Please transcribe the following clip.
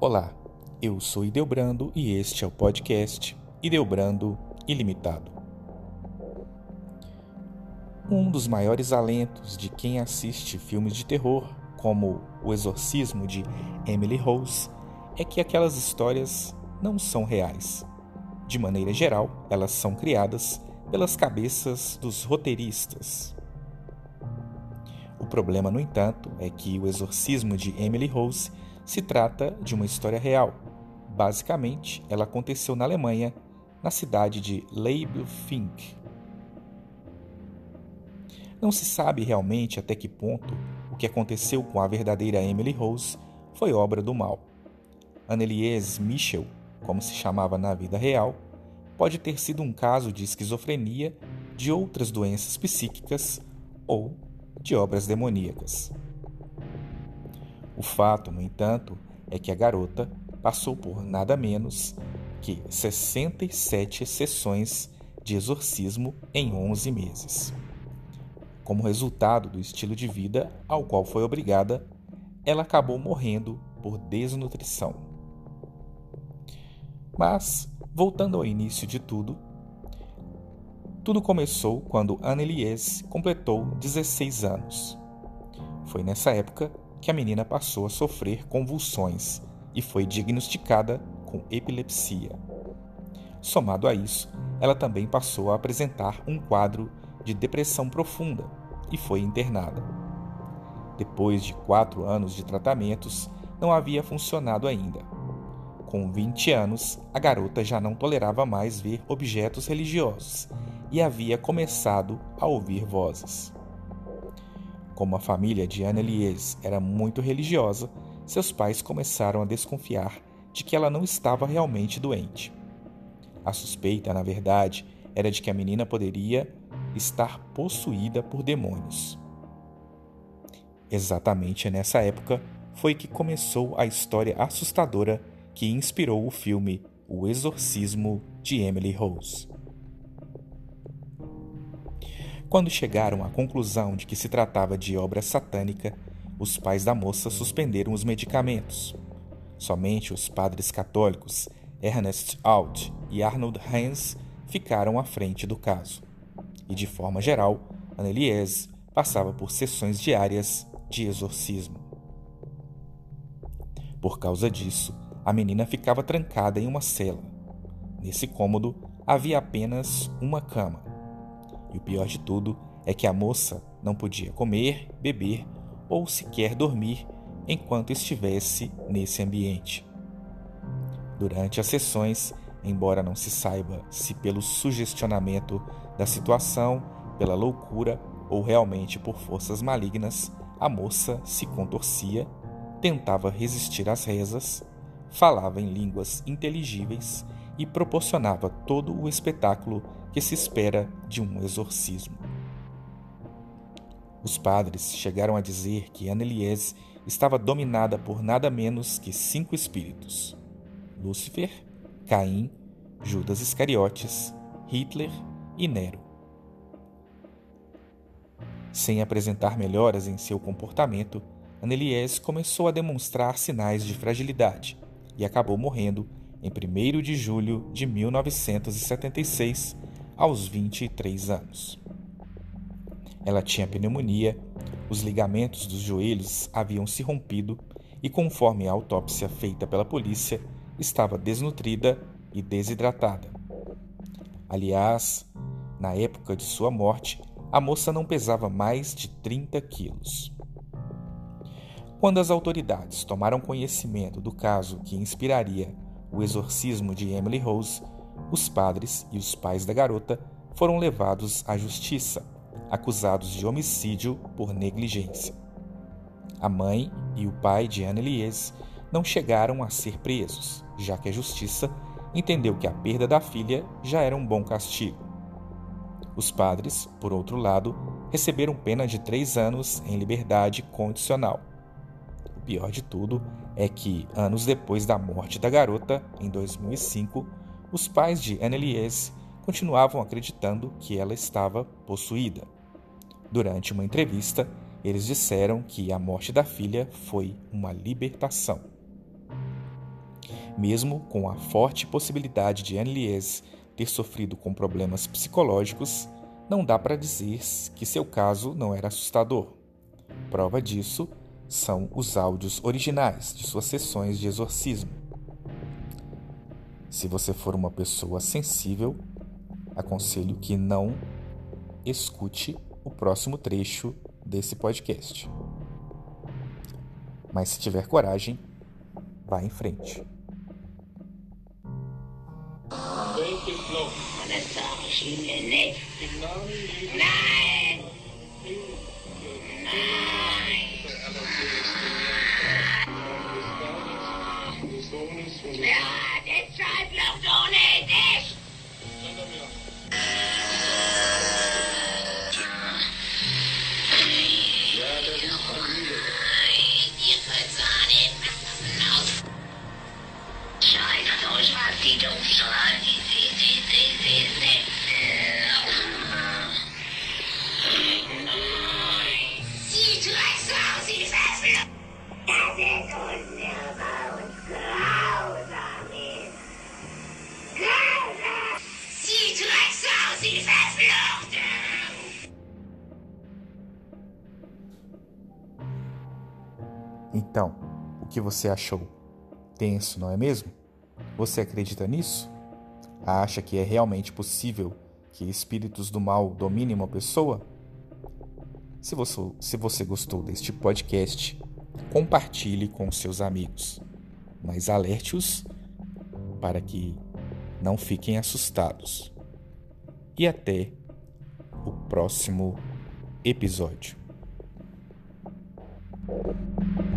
Olá, eu sou Ideobrando e este é o podcast Ideobrando Ilimitado. Um dos maiores alentos de quem assiste filmes de terror, como O Exorcismo de Emily Rose, é que aquelas histórias não são reais. De maneira geral, elas são criadas pelas cabeças dos roteiristas. O problema, no entanto, é que O Exorcismo de Emily Rose se trata de uma história real. Basicamente, ela aconteceu na Alemanha, na cidade de Leibelfing. Não se sabe realmente até que ponto o que aconteceu com a verdadeira Emily Rose foi obra do mal. Anneliese Michel, como se chamava na vida real, pode ter sido um caso de esquizofrenia, de outras doenças psíquicas ou de obras demoníacas. O fato, no entanto, é que a garota passou por nada menos que 67 sessões de exorcismo em 11 meses. Como resultado do estilo de vida ao qual foi obrigada, ela acabou morrendo por desnutrição. Mas, voltando ao início de tudo começou quando Anneliese completou 16 anos. Foi nessa época que a menina passou a sofrer convulsões e foi diagnosticada com epilepsia. Somado a isso, ela também passou a apresentar um quadro de depressão profunda e foi internada. Depois de 4 anos de tratamentos, não havia funcionado ainda. Com 20 anos, a garota já não tolerava mais ver objetos religiosos e havia começado a ouvir vozes. Como a família de Anneliese era muito religiosa, seus pais começaram a desconfiar de que ela não estava realmente doente. A suspeita, na verdade, era de que a menina poderia estar possuída por demônios. Exatamente nessa época foi que começou a história assustadora que inspirou o filme O Exorcismo de Emily Rose. Quando chegaram à conclusão de que se tratava de obra satânica, os pais da moça suspenderam os medicamentos. Somente os padres católicos Ernest Alt e Arnold Hens ficaram à frente do caso. E, de forma geral, Anneliese passava por sessões diárias de exorcismo. Por causa disso, a menina ficava trancada em uma cela. Nesse cômodo havia apenas uma cama. E o pior de tudo é que a moça não podia comer, beber ou sequer dormir enquanto estivesse nesse ambiente. Durante as sessões, embora não se saiba se pelo sugestionamento da situação, pela loucura ou realmente por forças malignas, a moça se contorcia, tentava resistir às rezas, falava em línguas inteligíveis e proporcionava todo o espetáculo que se espera de um exorcismo. Os padres chegaram a dizer que Anneliese estava dominada por nada menos que 5 espíritos: Lúcifer, Caim, Judas Iscariotes, Hitler e Nero. Sem apresentar melhoras em seu comportamento, Anneliese começou a demonstrar sinais de fragilidade e acabou morrendo em 1º de julho de 1976, aos 23 anos. Ela tinha pneumonia, os ligamentos dos joelhos haviam se rompido e, conforme a autópsia feita pela polícia, estava desnutrida e desidratada. Aliás, na época de sua morte, a moça não pesava mais de 30 quilos. Quando as autoridades tomaram conhecimento do caso que inspiraria o exorcismo de Emily Rose, os padres e os pais da garota foram levados à justiça, acusados de homicídio por negligência. A mãe e o pai de Anneliese não chegaram a ser presos, já que a justiça entendeu que a perda da filha já era um bom castigo. Os padres, por outro lado, receberam pena de 3 anos em liberdade condicional. O pior de tudo é que, anos depois da morte da garota, em 2005, os pais de Anneliese continuavam acreditando que ela estava possuída. Durante uma entrevista, eles disseram que a morte da filha foi uma libertação. Mesmo com a forte possibilidade de Anneliese ter sofrido com problemas psicológicos, não dá para dizer que seu caso não era assustador. Prova disso são os áudios originais de suas sessões de exorcismo. Se você for uma pessoa sensível, aconselho que não escute o próximo trecho desse podcast. Mas se tiver coragem, vá em frente. Então, o que você achou? Tenso, não é mesmo? Você acredita nisso? Acha que é realmente possível que espíritos do mal dominem uma pessoa? Se você gostou deste podcast, compartilhe com seus amigos, mas alerte-os para que não fiquem assustados. E até o próximo episódio.